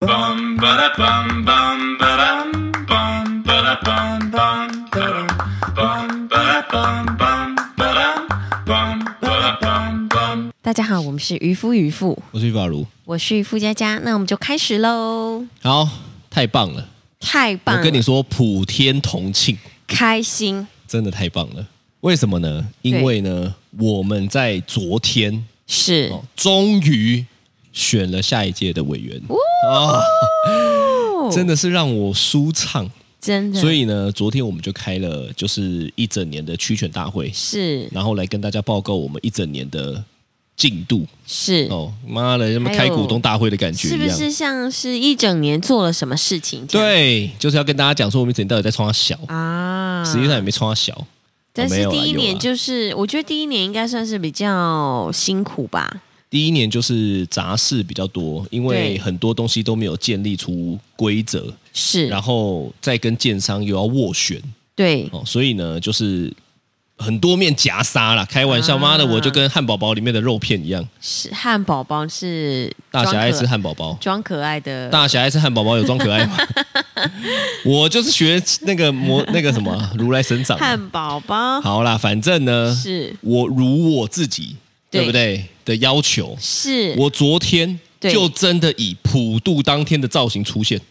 bum ba da bum bum ba dum bum ba da bum bum ba dum bum ba da bum bum ba da bum bum。 大家好，我们是渔夫渔妇， 我是于法如， 我是渔夫佳佳，那我们就开始喽。 好，太棒了， 太棒了！ 我跟你说，普天同庆， 开心， 真的太棒了。为什么呢？因为呢，我们在昨天是、 终于选了下一届的委员真的是让我舒畅， 真的。 所以呢，昨天我们就开了就是一整年的区选大会， 是， 然后来跟大家报告我们一整年的进度。 是妈的，像开股东大会的感觉一样， 是不是像是一整年做了什么事情？ 对，就是要跟大家讲说我们一整年到底在冲他小啊， 实际上也没冲他小。 但是第一年就是，我觉得第一年应该算是比较辛苦吧。 第一年就是杂事比较多，因为很多东西都没有建立出规则， 是， 然后再跟建商又要斡旋， 对， 所以呢就是很多面夹杀啦。开玩笑，妈的，我就跟汉堡包里面的肉片一样。 是汉堡包是大侠爱吃汉堡包， 装可爱的。 大侠爱吃汉堡包有装可爱吗？我就是学那个什么如来神掌汉堡包。 好啦，反正呢， 是我如我自己对不对的要求， 是我昨天就真的以普渡当天的造型出现。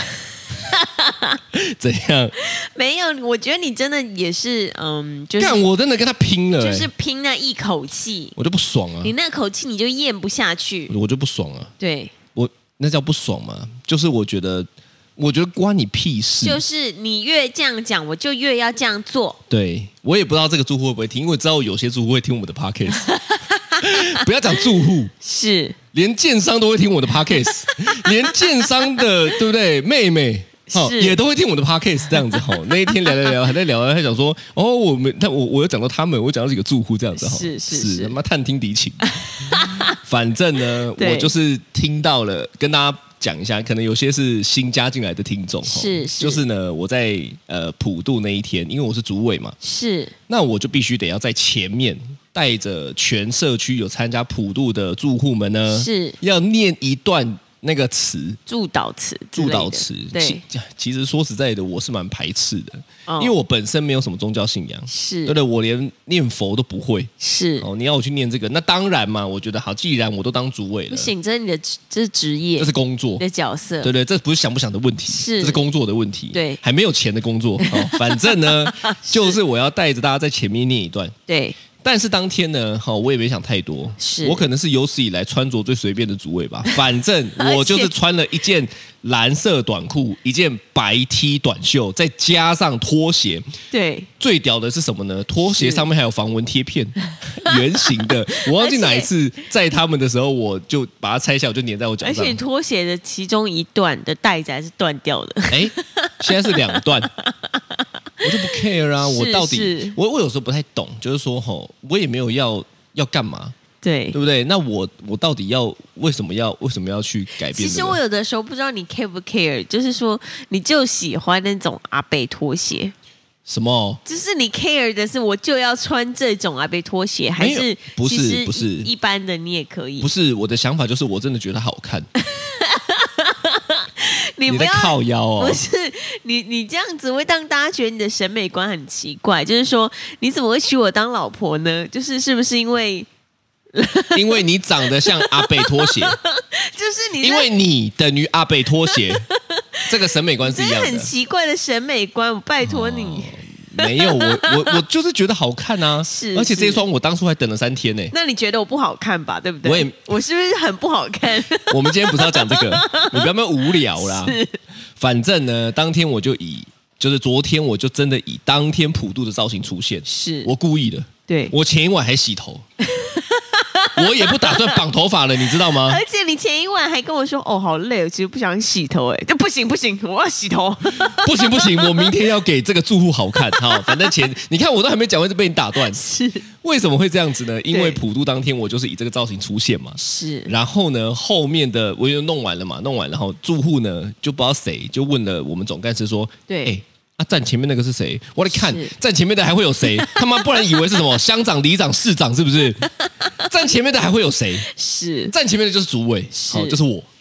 怎样？ 没有，我觉得你真的也是，就是干，我真的跟他拼了， 就是拼那一口气， 我就不爽啊！ 你那口气你就咽不下去， 我就不爽啊！ 对， 我那叫不爽嘛？就是我觉得关你屁事。 就是你越这样讲，我就越要这样做。 对，我也不知道这个住户会不会听，因为我知道有些住户会听我们的 podcast。不要讲住户，是连建商都会听我的 podcast， 连建商的对不对妹妹也都会听我的 podcast 这样子那一天聊还在聊，他讲说我有讲到他们，我讲到几个住户这样子是他妈探听敌情。反正呢，我就是听到了，跟大家讲一下，可能有些是新加进来的听众，就是呢，我在普渡那一天，因为我是主委嘛，是，那我就必须得要在前面带着全社区有参加普渡的住户们呢，是要念一段那个词，祝祷词。对，其实说实在的，我是蛮排斥的，因为我本身没有什么宗教信仰，是对不对？我连念佛都不会，是你要我去念这个，那当然嘛，我觉得好，既然我都当主委了，不行，这是你的这是职业， 这是工作， 你的角色， 对，这不是想不想的问题，这是工作的问题， 对， 还没有钱的工作，反正呢，就是我要带着大家在前面念一段，对。但是当天呢，我也没想太多，我可能是有史以来穿着最随便的主委吧。反正我就是穿了一件蓝色短裤，一件白 T 短袖，再加上拖鞋。对，最屌的是什么呢？拖鞋上面还有防蚊贴片，圆形的。我忘记哪一次在他们的时候，我就把它拆下，我就粘在我脚上。 而且拖鞋的其中一段的带子还是断掉的。 现在是2段。我就不 care 啊！我到底我有时候不太懂，就是说我也没有要干嘛，对不对？那我到底为什么要去改变？ 其实我有的时候不知道你 care 不 care， 就是说你就喜欢那种阿伯拖鞋。 什么？ 就是你 care 的是我就要穿这种阿伯拖鞋，还是不是一般的你也可以？ 不是，我的想法就是我真的觉得好看。 你在靠腰哦？ 不是你这样子会让大家觉得你的审美观很奇怪，就是说你怎么会娶我当老婆呢？是不是因为你长得像阿伯拖鞋？ 就是因为你等于阿伯拖鞋，这个审美观是一样的。 很奇怪的审美观，我拜托你。 没有，我就是觉得好看啊！而且这一双我当初还等了3天呢。 那你觉得我不好看吧？对不对？我是不是很不好看？ 我们今天不是要讲这个，你不要那么无聊啦。反正呢，当天就是昨天我就真的以当天普渡的造型出现，是我故意的。对，我前一晚还洗头。我也不打算绑头发了，你知道吗？ 而且你前一晚还跟我说，好累，我其实不想洗头，就不行，我要洗头。 不行，我明天要给这个住户好看。反正你看我都还没讲完就被你打断。是为什么会这样子呢？因为普渡当天我就是以这个造型出现嘛。是，然后呢，后面的我就弄完了嘛，然后住户呢就不知道谁就问了我们总干事说，对。站前面那个是谁？我来看，站前面的还会有谁？他妈不然以为是什么乡长、里长、市长是不是？站前面的还会有谁？是站前面的就是主委，就是我。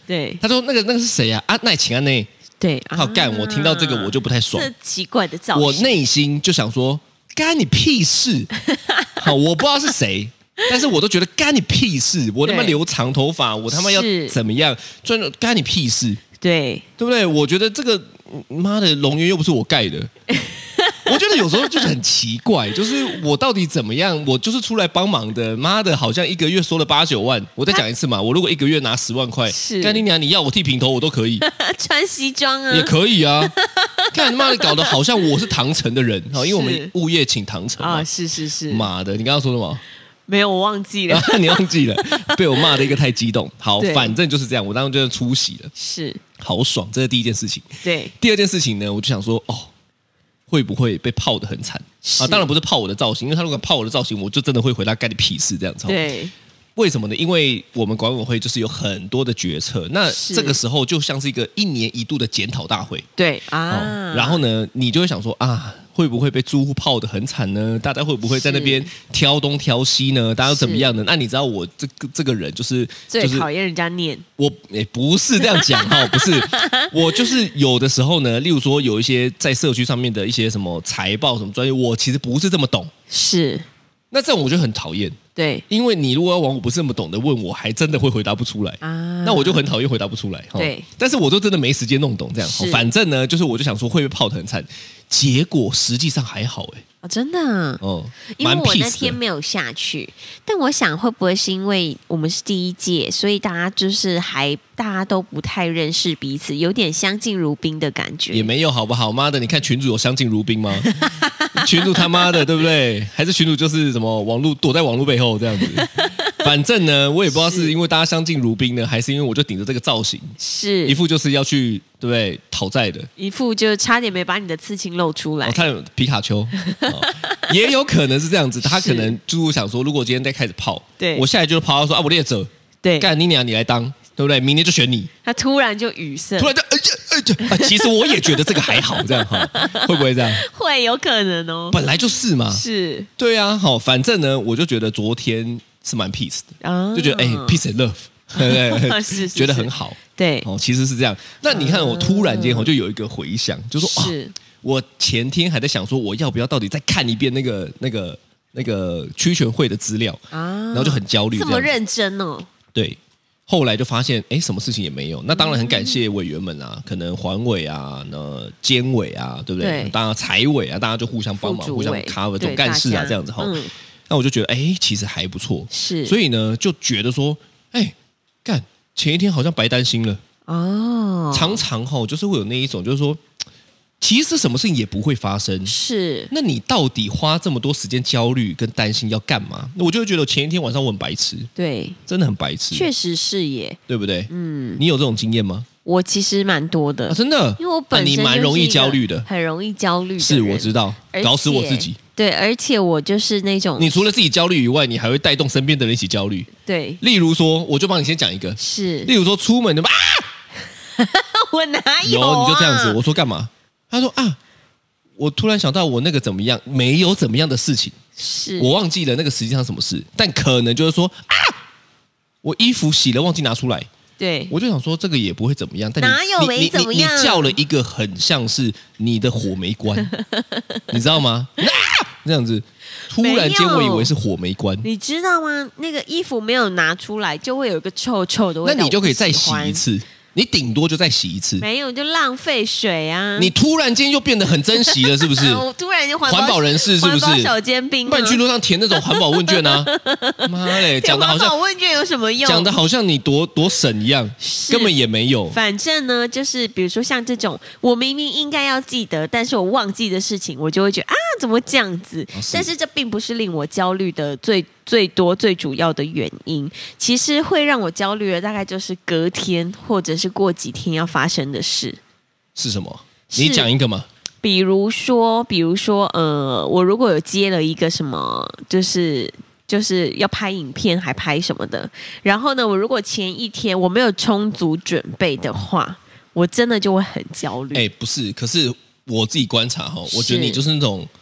对， 他说那个是谁啊？啊，那请安内。 对， 好干，我听到这个我就不太爽。 这奇怪的造型， 我内心就想说，干你屁事！好，我不知道是谁，但是我都觉得干你屁事！我他妈留长头发，我他妈要怎么样？干你屁事！ 对不对？我觉得这个妈的龙源又不是我盖的。我觉得有时候就是很奇怪，就是我到底怎么样？我就是出来帮忙的，妈的，好像一个月收了8、9万。我再讲一次嘛，我如果一个月拿10万块，干你娘！你要我剃平头我都可以， 穿西装啊也可以啊。干妈的搞得好像我是唐城的人，因为我们物业请唐城啊，是。 妈的，你刚刚说什么？ 没有，我忘记了。 你忘记了？被我骂的一个太激动。好，反正就是这样，我当时就出席了， 是好爽，这是第一件事情。 对， 第二件事情呢，我就想说，会不会被泡得很惨啊？当然不是泡我的造型，因为他如果泡我的造型，我就真的会回答干你屁事这样子。 对， 为什么呢？因为我们管委会就是有很多的决策，那这个时候就像是一个1年1度的检讨大会。 对啊， 然后呢，你就会想说啊，会不会被租户泡得很惨呢？大家会不会在那边挑东挑西呢？大家都怎么样呢？那你知道我这个人就是最讨厌人家念， 我不是这样讲哈，不是，我就是有的时候呢，例如说有一些在社区上面的一些什么财报什么专业，我其实不是这么懂， 是， 那这种我就很讨厌。 对， 因为你如果要往我不是那么懂的问我，还真的会回答不出来啊，那我就很讨厌回答不出来。 对， 但是我就真的没时间弄懂这样。反正呢，就是我就想说会不会泡得很惨，结果实际上还好真的因为我那天没有下去，但我想会不会是因为我们是第一届，所以大家都不太认识彼此，有点相敬如宾的感觉。 也没有好不好？妈的，你看群主有相敬如宾吗？群主他妈的，对不对？还是群主就是什么躲在网络背后这样子？反正呢，我也不知道是因为大家相敬如宾呢，还是因为我就顶着这个造型， 是一副就是要去对不对讨债的， 一副就差点没把你的刺青露出来。 差点皮卡丘，也有可能是这样子。他可能就是想说，如果今天再开始泡， 对我下来就是泡到说啊，我列者， 对， 干你娘，你来当，对不对？明年就选你。 他突然就语塞， 突然就其实我也觉得这个还好，这样会不会这样？ 会有可能哦， 本来就是嘛， 是， 对啊，反正呢，我就觉得昨天是蛮 peace 的，就觉得peace and love， 对不对？ 是觉得很好， 对， 其实是这样。那你看，我突然间就有一个回想，就说我前天还在想说，我要不要到底再看一遍那个区权会的资料啊？然后就很焦虑， 这么认真哦？ 对。后来就发现，什么事情也没有。那当然很感谢委员们啊，可能环委啊、监委啊，对不对？当然财委啊，大家就互相帮忙、互相 cover 总干事啊这样子哈。那我就觉得，其实还不错。 是， 所以呢，就觉得说，干前一天好像白担心了哦。常常就是会有那一种，就是说。其实什么事情也不会发生， 是。 那你到底花这么多时间焦虑跟担心要干嘛？我就会觉得前一天晚上我很白痴， 对， 真的很白痴， 确实是耶， 对不对？你有这种经验吗？ 我其实蛮多的， 真的， 因为我本身你蛮容易焦虑的， 很容易焦虑的人， 是我知道，搞死我自己。 对，而且我就是那种， 你除了自己焦虑以外，你还会带动身边的人一起焦虑。 对， 例如说，我就帮你先讲一个， 是， 例如说出门的啊， 我哪有你就这样子，我说干嘛？他说啊。我突然想到，我那个怎么样？没有怎么样的事情， 是我忘记了那个实际上什么事，但可能就是说啊，我衣服洗了忘记拿出来。 对， 我就想说这个也不会怎么样，但哪有没怎么样？ 你叫了一个很像是你的火没关，你知道吗？这样子，突然间我以为是火没关， 你知道吗？那个衣服没有拿出来，就会有一个臭臭的味道， 那你就可以再洗一次。你顶多就再洗一次， 没有就浪费水啊！ 你突然间又变得很珍惜了，是不是？ 我突然间环保人士是不是？ 小尖兵， 不然去路上填那种环保问卷啊！妈嘞，讲的好像环保问卷有什么用？ 讲的好像你多省一样，根本也没有。 反正呢，就是比如说像这种，我明明应该要记得，但是我忘记的事情，我就会觉得啊，怎么这样子？但是这并不是令我焦虑的最多最主要的原因，其实会让我焦虑的大概就是隔天或者是过几天要发生的事是什么？你讲一个嘛。 比如说，我如果有接了一个什么，就是要拍影片还拍什么的，然后呢，我如果前一天我没有充足准备的话，我真的就会很焦虑。 不是，可是我自己观察哈，我觉得你就是那种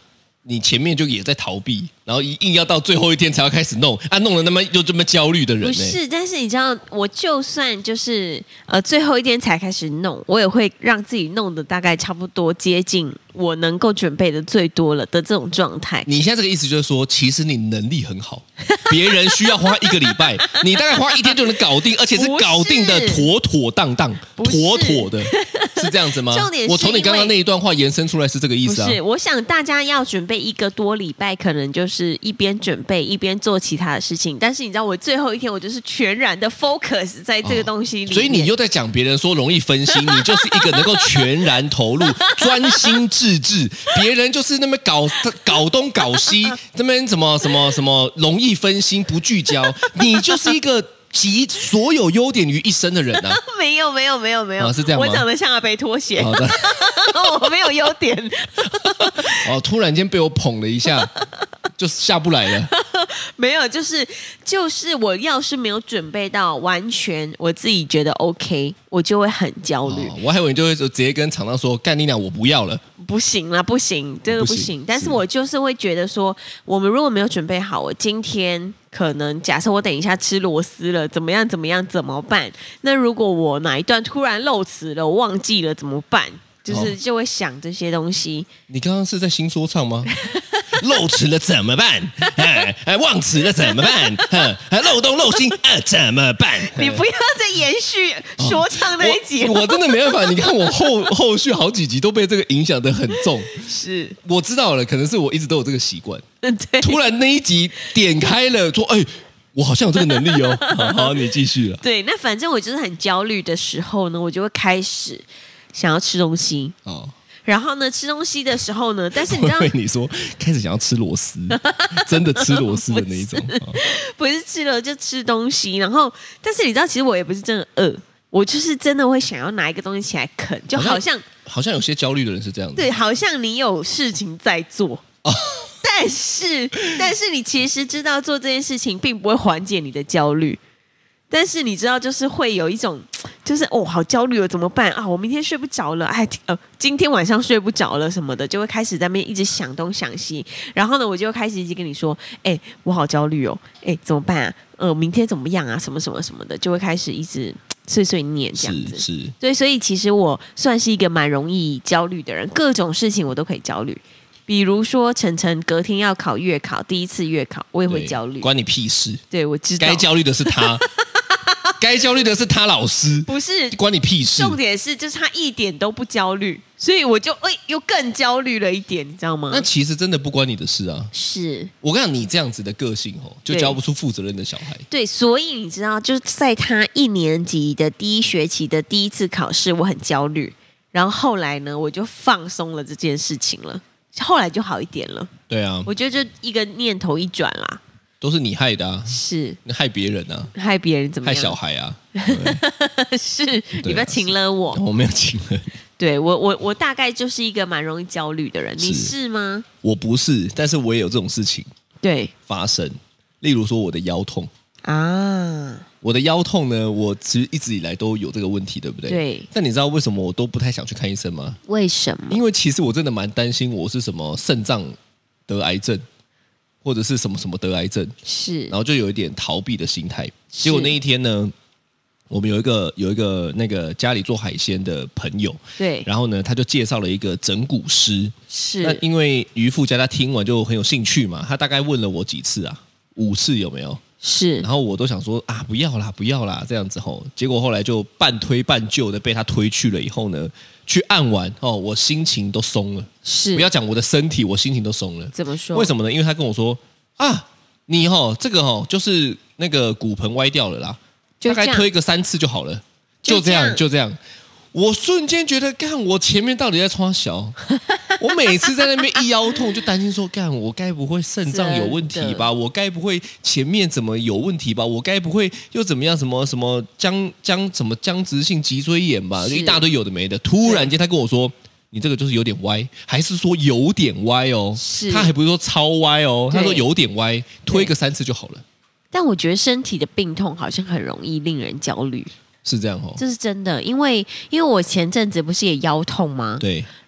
你前面就也在逃避，然后硬要到最后一天才要开始弄啊，弄了那么又这么焦虑的人、 不是，但是你知道，我就算就是最后一天才开始弄，我也会让自己弄的大概差不多接近我能够准备的最多了的这种状态。 你现在这个意思就是说，其实你能力很好，别人需要花1个礼拜，你大概花1天就能搞定，而且是搞定的妥妥当当、妥妥的，是这样子吗？ 重点是我从你刚刚那一段话延伸出来是这个意思啊。 不是，我想大家要准备1个多礼拜，可能就是一边准备一边做其他的事情。但是你知道，我最后一天我就是全然的 focus 在这个东西里面， 所以你又在讲别人说容易分心，你就是一个能够全然投入、专心致志。别人就是那边搞东搞西，那边什么容易分心不聚焦，你就是一个集所有优点于一身的人啊！ 没有， 是这样吗？ 我长得像阿北拖鞋，我没有优点。 哦，突然间被我捧了一下，就下不来了。 没有，就是我要是没有准备到完全我自己觉得 OK， 我就会很焦虑。 我还以为你就会直接跟厂商说：“干你娘，我不要了。” 不行啦，不行，这个不行。但是我就是会觉得说，我们如果没有准备好，我今天可能假设我等一下吃螺丝了，怎么样怎么办？那如果我哪一段突然漏词了，我忘记了怎么办？就会想这些东西。 你刚刚是在新说唱吗？漏词了怎么办？忘词了怎么办？漏洞漏心怎么办？ 你不要再延续说唱那一集、 我真的没办法。你看我后续好几集都被这个影响得很重。 是， 我知道了，可能是我一直都有这个习惯。 对， 突然那一集点开了，说：“我好像有这个能力哦。”好，你继续了。 对，那反正我就是很焦虑的时候呢，我就会开始想要吃东西。然后呢，吃东西的时候呢，但是你知道， 你说开始想要吃螺丝，真的吃螺丝的那一种， 不是吃了就吃东西。然后，但是你知道，其实我也不是真的饿，我就是真的会想要拿一个东西起来啃，就好像有些焦虑的人是这样子， 对，好像你有事情在做。但是你其实知道做这件事情并不会缓解你的焦虑。但是你知道，就是会有一种，就是好焦虑了，怎么办啊？我明天睡不着了，今天晚上睡不着了什么的，就会开始在那边一直想东想西。然后呢，我就开始一直跟你说，我好焦虑哦，怎么办啊？明天怎么样啊？什么什么什么的，就会开始一直碎碎念这样子。 是， 所以其实我算是一个蛮容易焦虑的人，各种事情我都可以焦虑。比如说晨隔天要考月考，第一次月考，我也会焦虑。 关你屁事！ 对，我知道。 该焦虑的是他。该焦虑的是他老师， 不是关你屁事。 重点是，就是他一点都不焦虑，所以我就又更焦虑了一点，你知道吗？ 那其实真的不关你的事啊。 是我跟你讲，你这样子的个性就教不出负责任的小孩。 对，所以你知道，就是在他1年级的第1学期的第一次考试，我很焦虑。然后后来呢，我就放松了这件事情了，后来就好一点了。 对啊， 我觉得就一个念头一转啦。 都是你害的啊！ 是你害别人啊！ 害别人怎么样？ 害小孩啊！ 是你不要请了我， 我没有请了。 对我大概就是一个蛮容易焦虑的人，你是吗？ 我不是，但是我也有这种事情发生。例如说我的腰痛啊，我的腰痛呢，我其实一直以来都有这个问题，对不对？ 对。 但你知道为什么我都不太想去看医生吗？ 为什么？ 因为其实我真的蛮担心我是什么肾脏得癌症。或者是什么什么得癌症， 是， 然后就有一点逃避的心态。结果那一天呢，我们有一个那个家里做海鲜的朋友， 对， 然后呢，他就介绍了一个整骨师， 是。 那因为渔夫家他听完就很有兴趣嘛，他大概问了我几次啊，5次有没有？ 是。 然后我都想说啊，不要啦这样子吼。结果后来就半推半就的被他推去了以后呢。去按完我心情都松了。 是， 不要讲我的身体，我心情都松了。 怎么说？ 为什么呢？因为他跟我说啊，你这个就是那个骨盆歪掉了啦，大概推个3次就好了，就这样。我瞬间觉得，干，我前面到底在冲小？我每次在那边一腰痛，就担心说，干，我该不会肾脏有问题吧？我该不会前面怎么有问题吧？我该不会又怎么样？什么僵直性脊椎炎吧？就一大堆有的没的。突然间他跟我说，你这个就是有点歪，还是说有点歪哦？他还不是说超歪哦，他说有点歪，推个3次就好了。 但我觉得身体的病痛好像很容易令人焦虑。 是这样这是真的，因为我前阵子不是也腰痛吗？ 对。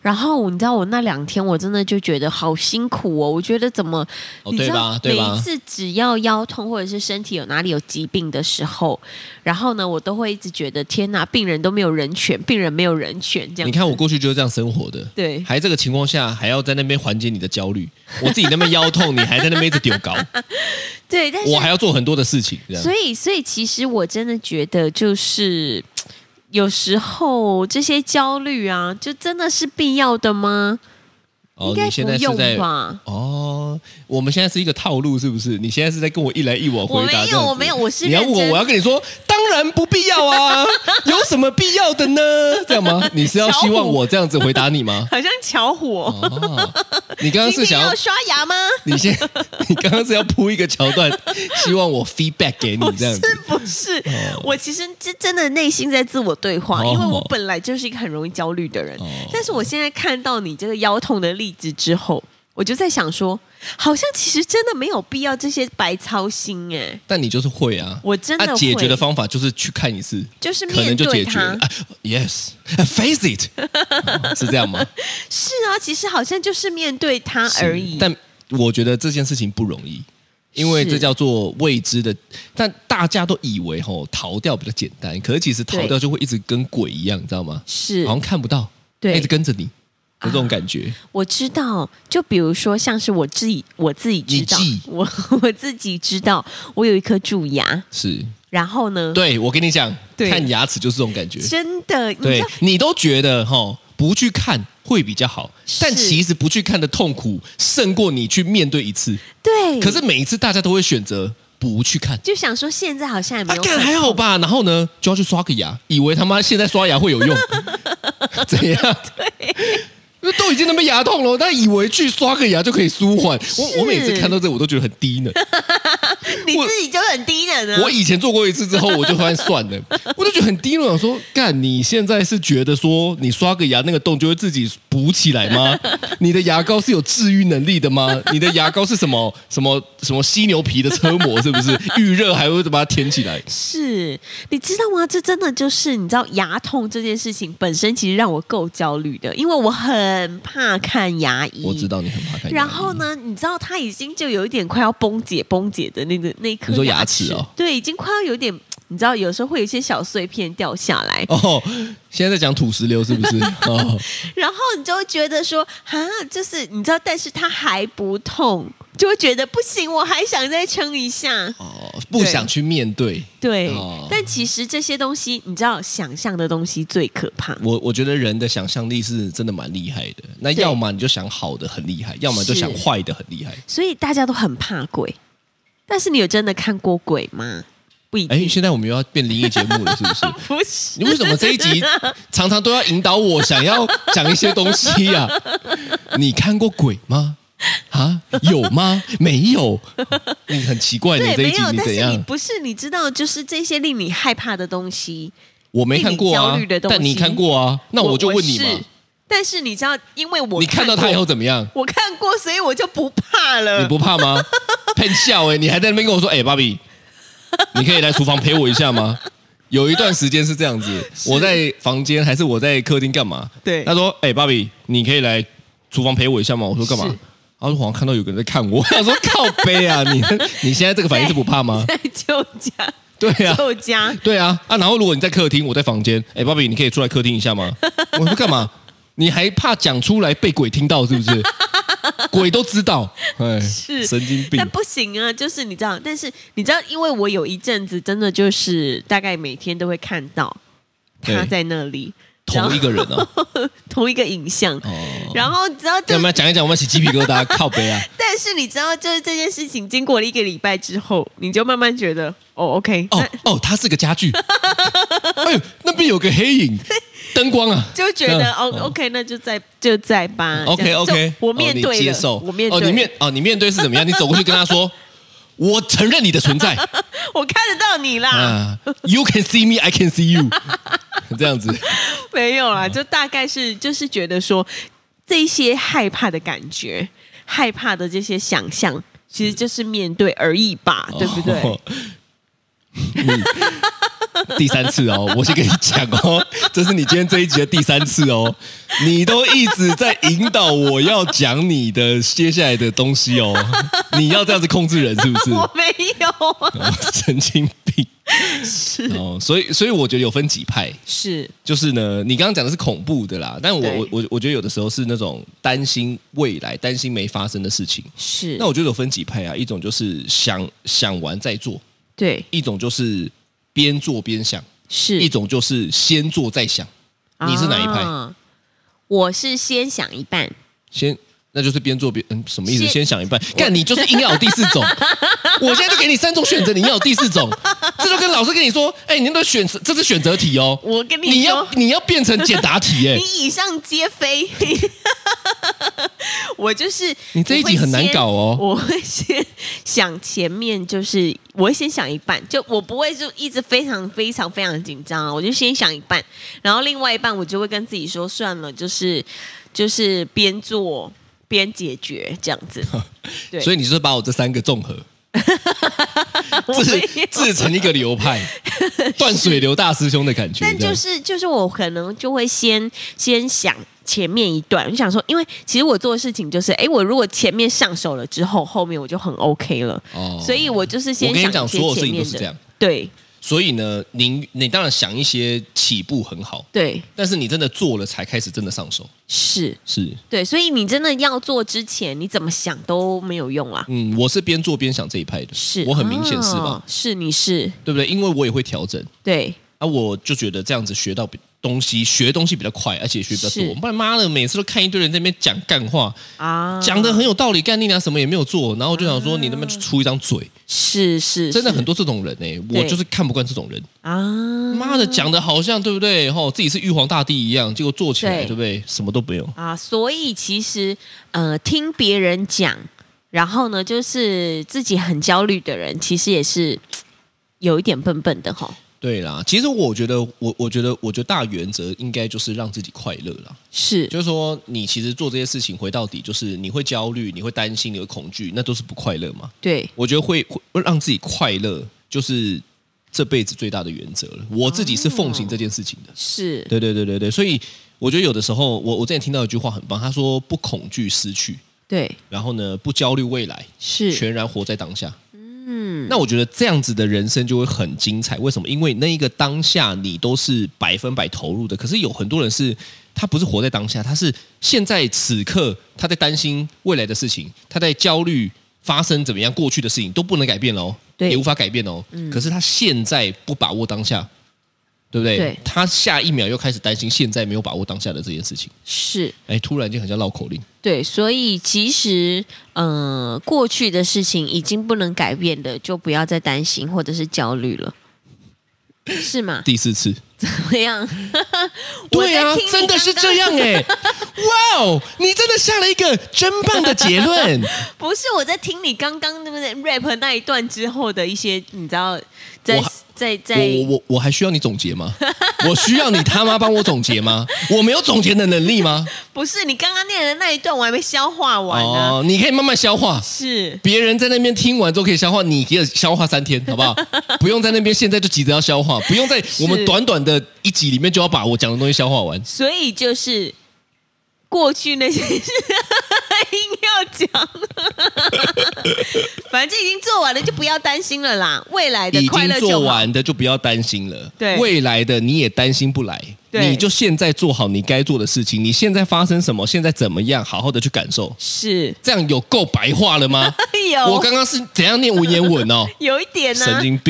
然后你知道我那2天我真的就觉得好辛苦哦，我觉得怎么，你知道每一次只要腰痛或者是身体有哪里有疾病的时候，然后呢我都会一直觉得天哪，病人都没有人权，病人没有人权这样。 你看我过去就是这样生活的， 对， 还这个情况下还要在那边缓解你的焦虑，我自己那边腰痛，你还在那边一直丢高， 对，但是我还要做很多的事情， 所以其实我真的觉得就是有时候这些焦虑啊，就真的是必要的吗？应该不用吧？ 哦，我们现在是一个套路，是不是？你现在是在跟我一来一往回答？ 我没有，我是你要问我要跟你说，当然不必要啊，有什么必要的呢？这样吗？你是要希望我这样子回答你吗？ 好像巧虎你刚刚是想要刷牙吗？ 你刚刚是要铺一个桥段，希望我 feedback 给你这样子？ 不是，我其实真的内心在自我对话，因为我本来就是一个很容易焦虑的人，但是我现在看到你这个腰痛的例子之后，我就在想说，好像其实真的没有必要这些白操心哎。 但你就是会啊， 我真的会。 解决的方法就是去看一次， 就是可能就解决了。Yes, face it， 是这样吗？ 是啊，其实好像就是面对它而已。 但我觉得这件事情不容易，因为这叫做未知的。但大家都以为逃掉比较简单，可是其实逃掉就会一直跟鬼一样，你知道吗？ 是， 好像看不到，一直跟着你。有这种感觉， 我知道。就比如说，像是我自己知道，我自己知道，我有一颗蛀牙， 是。 然后呢？ 对，我跟你讲，看牙齿就是这种感觉， 真的。 对，你都觉得不去看会比较好，但其实不去看的痛苦胜过你去面对一次。 对。 可是每一次大家都会选择不去看， 就想说现在好像也没有， 还好吧。然后呢，就要去刷个牙，以为他妈现在刷牙会有用，怎样？ 对。 都已经那么牙痛了，但以为去刷个牙就可以舒缓。我每次看到这我都觉得很低能。 你自己就很低能啊！ 我以前做过一次之后，我就发现算了，我就觉得很低能。我说，干，你现在是觉得说你刷个牙那个洞就会自己补起来吗？你的牙膏是有治愈能力的吗？你的牙膏是什么犀牛皮的车膜？是不是遇热还会把它填起来？ 是，你知道吗？这真的就是你知道牙痛这件事情本身其实让我够焦虑的，因为我很怕看牙医。 我知道你很怕看牙医。 然后呢，你知道它已经就有一点快要崩解的那一颗牙齿。 你说牙齿哦？ 对，已经快要有点，你知道有时候会有一些小碎片掉下来。 哦，现在在讲土石流是不是？哦。 然后你就会觉得说，就是你知道，但是它还不痛。就会觉得不行，我还想再撑一下。 不想去面对。 对，但其实这些东西，你知道，想象的东西最可怕。 我觉得人的想象力是真的蛮厉害的。那要么你就想好的很厉害，要么就想坏的很厉害。 所以大家都很怕鬼，但是你有真的看过鬼吗？不一定。 现在我们又要变灵异节目了，是不是？ 不是。 你为什么这一集常常都要引导我想要讲一些东西呀？你看过鬼吗？有吗？没有。你很奇怪，你这一集你怎样？ 但是你不是，你知道，就是这些令你害怕的东西， 我没看过啊，但你看过啊，那我就问你嘛。 但是你知道，因为你看到他以后怎么样？ 我看过，所以我就不怕了。 你不怕吗？骗笑你还在那边跟我说，芭比，你可以来厨房陪我一下吗？有一段时间是这样子，我在房间还是我在客厅干嘛？ 对， 他说，芭比，你可以来厨房陪我一下吗？我说干嘛？他说好像看到有个人在看我，他说靠背啊，你现在这个反应是不怕吗？ 在旧家， 对啊， 旧家， 对啊，然后如果你在客厅，我在房间，芭比，你可以出来客厅一下吗？我说干嘛？你还怕讲出来被鬼听到是不是？鬼都知道， 是神经病。 但不行啊，就是你知道，但是你知道，因为我有一阵子真的就是大概每天都会看到他在那里。 同一个人同一个影像。然后你知道， 我们讲一讲，我们起鸡皮疙瘩，靠北啊！ 但是你知道，就是这件事情经过了1个礼拜之后，你就慢慢觉得，OK， 它是个家具。那边有个黑影，灯光啊， 就觉得OK，那就在吧。 OK， 我面对了， 接受， 我面对。 你面对是怎么样？你走过去跟他说。我承认你的存在， 我看得到你啦。 You can see me, I can see you， 这样子没有啦，就大概是就是觉得说这些害怕的感觉、害怕的这些想象，其实就是面对而已吧，对不对？ 第3次哦，我先跟你讲哦，这是你今天这一集的第3次哦，你都一直在引导我要讲你的接下来的东西哦，你要这样子控制人是不是？ 我没有啊， 神经病。 是哦，所以我觉得有分几派， 是， 就是呢，你刚刚讲的是恐怖的啦，但对我觉得有的时候是那种担心未来、担心没发生的事情。 是， 那我觉得有分几派啊，一种就是想完再做， 对， 一种就是边做边想， 是一种就是先做再想。你是哪一派？ 我是先想一半， 那就是边做边什么意思？先想一半，干你就是硬要有第4种。我现在就给你3种选择，你要有第4种，这就跟老师跟你说，哎，你那选择这是选择题哦。 我跟你说， 你要变成简答题哎。 你以上皆非。我就是你这一集很难搞哦。 我会先想前面，就是我会先想一半，就我不会就一直非常非常非常紧张啊，我就先想一半，然后另外一半我就会跟自己说，算了，就是边做边解决这样子。对， 所以你就是把我这3个综合。自成一个流派，断水流大师兄的感觉。 但就是我可能就会先想前面一段，我就想说，因为其实我做的事情就是，我如果前面上手了之后，后面我就很 OK 了。哦，所以我就是先想一些前面的。我跟你讲，所有事情都是这样。对。 所以呢，你当然想一些起步很好， 对， 但是你真的做了才开始真的上手， 是， 对， 所以你真的要做之前，你怎么想都没有用啦。 我是边做边想这一派的，是我很明显是吧？ 是你是对不对？因为我也会调整， 对， 我就觉得这样子学东西比较快，而且学比较多。不然妈的，每次都看一堆人在那边讲干话啊，讲的很有道理，干你娘什么也没有做，然后我就想说你那边出一张嘴， 是， 真的很多这种人我就是看不惯这种人啊！妈的，讲的好像对不对？自己是玉皇大帝一样，结果做起来对不对？什么都没有啊！所以其实听别人讲，然后呢，就是自己很焦虑的人，其实也是有一点笨笨的哈。 对啦，其实我觉得大原则应该就是让自己快乐啦。 是， 就是说你其实做这些事情，回到底就是你会焦虑，你会担心，你会恐惧，那都是不快乐嘛。 对， 我觉得会让自己快乐，就是这辈子最大的原则了。我自己是奉行这件事情的。 是， 对，所以我觉得有的时候，我之前听到一句话很棒，他说不恐惧失去， 对， 然后呢不焦虑未来， 是全然活在当下。那我觉得这样子的人生就会很精彩。为什么？因为那一个当下你都是100%投入的。可是有很多人是他不是活在当下，他是现在此刻他在担心未来的事情，他在焦虑发生怎么样过去的事情都不能改变哦，也无法改变哦。可是他现在不把握当下，对不对？ 对， 他下一秒又开始担心现在没有把握当下的这件事情。 是， 突然间很像绕口令。 对，所以其实过去的事情已经不能改变的，就不要再担心或者是焦虑了，是吗？ 第4次怎么样？ 对啊，真的是这样哇哦，你真的下了一个真棒的结论。 不是我在听你刚刚对不对 rap 那一段之后的一些，你知道，在我还需要你总结吗？我需要你他妈帮我总结吗？我没有总结的能力吗？ 不是，你刚刚念的那一段我还没消化完呢。 哦，你可以慢慢消化。 是， 别人在那边听完之后可以消化，你可以消化3天，好不好？不用在那边现在就急着要消化，不用在我们短短的1集里面就要把我讲的东西消化完。 所以就是过去那些事硬要讲，反正已经做完了，就不要担心了啦。未来的快乐就好， 已经做完的就不要担心了。 对， 未来的你也担心不来，你就现在做好你该做的事情。你现在发生什么，现在怎么样，好好的去感受。 是， 这样有够白话了吗？ 有， 我刚刚是怎样念文言文哦？ 有一点呢、 神经病。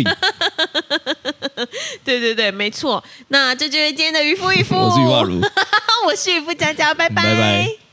对，没错。那这就是今天的渔夫渔夫， 我是渔化如， 我是渔夫佳佳，拜拜。 拜拜。